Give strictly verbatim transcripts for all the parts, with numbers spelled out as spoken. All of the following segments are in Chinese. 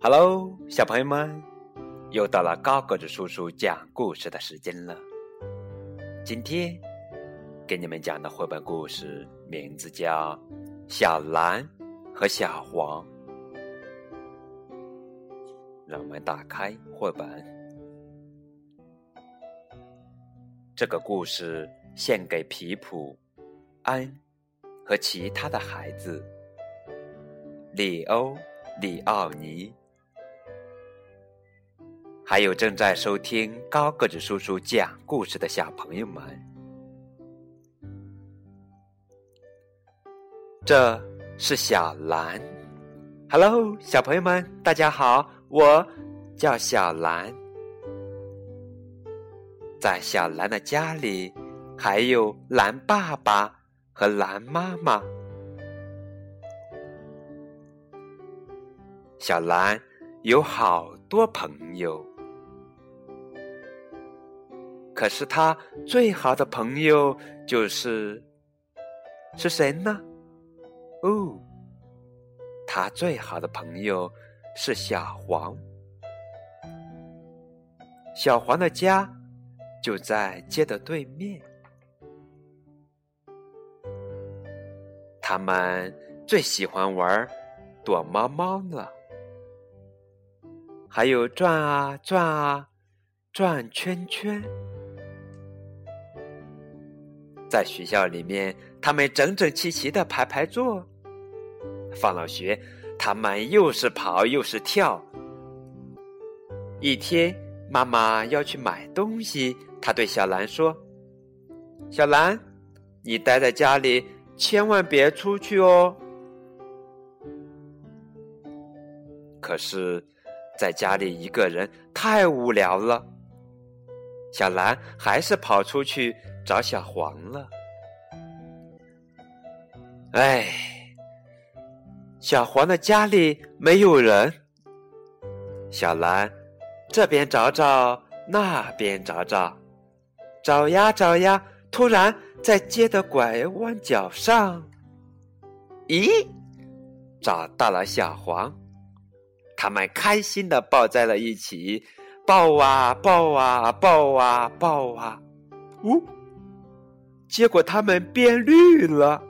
Hello， 小朋友们，又到了高个子叔叔讲故事的时间了。今天给你们讲的绘本故事名字叫《小蓝和小黄》。让我们打开绘本。这个故事献给皮普、安和其他的孩子。里欧、里奥尼，还有正在收听高个子叔叔讲故事的小朋友们。这是小蓝。 Hello， 小朋友们，大家好，我叫小蓝。在小蓝的家里，还有蓝爸爸和蓝妈妈。小蓝有好多朋友，可是他最好的朋友就是是谁呢？哦，他最好的朋友是小黄。小黄的家就在街的对面。他们最喜欢玩躲猫猫了，还有转啊转啊转圈圈。在学校里面，他们整整齐齐地排排坐。放了学，他们又是跑又是跳。一天，妈妈要去买东西，她对小蓝说：小蓝，你待在家里，千万别出去哦。可是在家里一个人太无聊了，小蓝还是跑出去找小黄了。哎，小黄的家里没有人。小蓝这边找找，那边找找，找呀找呀，突然在街的拐弯角上，咦，找到了小黄。他们开心地抱在了一起，抱啊抱啊抱啊抱啊，呜、哦！结果他们变绿了。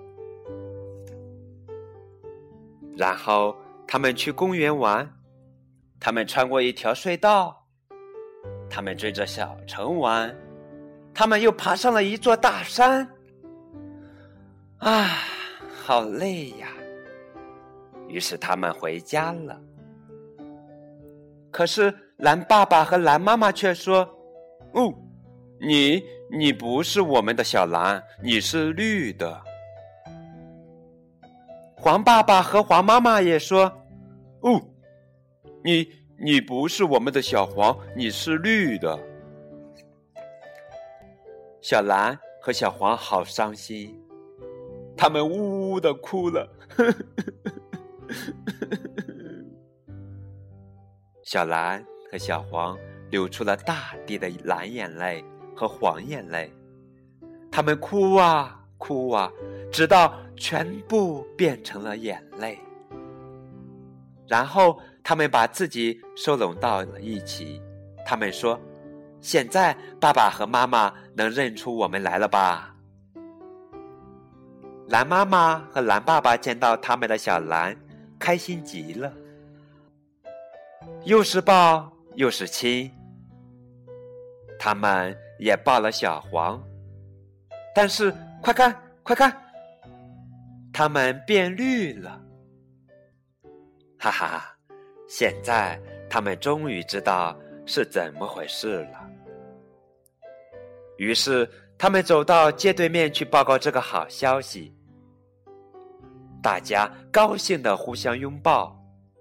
然后他们去公园玩，他们穿过一条隧道，他们追着小城玩，他们又爬上了一座大山。啊，好累呀！于是他们回家了。可是蓝爸爸和蓝妈妈却说：哦，你你不是我们的小蓝，你是绿的。黄爸爸和黄妈妈也说：哦，你你不是我们的小黄，你是绿的。小蓝和小黄好伤心，他们呜呜地哭了。小蓝和小黄流出了大滴的蓝眼泪和黄眼泪，他们哭啊哭啊，直到全部变成了眼泪。然后他们把自己收拢到了一起，他们说：现在爸爸和妈妈能认出我们来了吧？蓝妈妈和蓝爸爸见到他们的小蓝，开心极了，又是抱又是亲。他们也抱了小黄，但是快看快看，他们变绿了。哈哈，现在他们终于知道是怎么回事了。于是他们走到街对面去报告这个好消息。大家高兴地互相拥抱。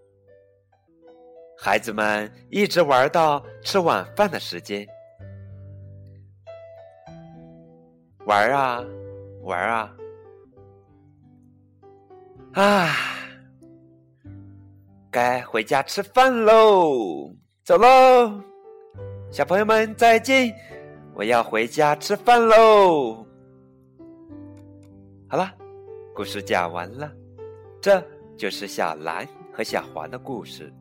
孩子们一直玩到吃晚饭的时间。玩啊玩啊，啊，该回家吃饭喽，走喽，小朋友们再见，我要回家吃饭喽。好了，故事讲完了，这就是小蓝和小黄的故事。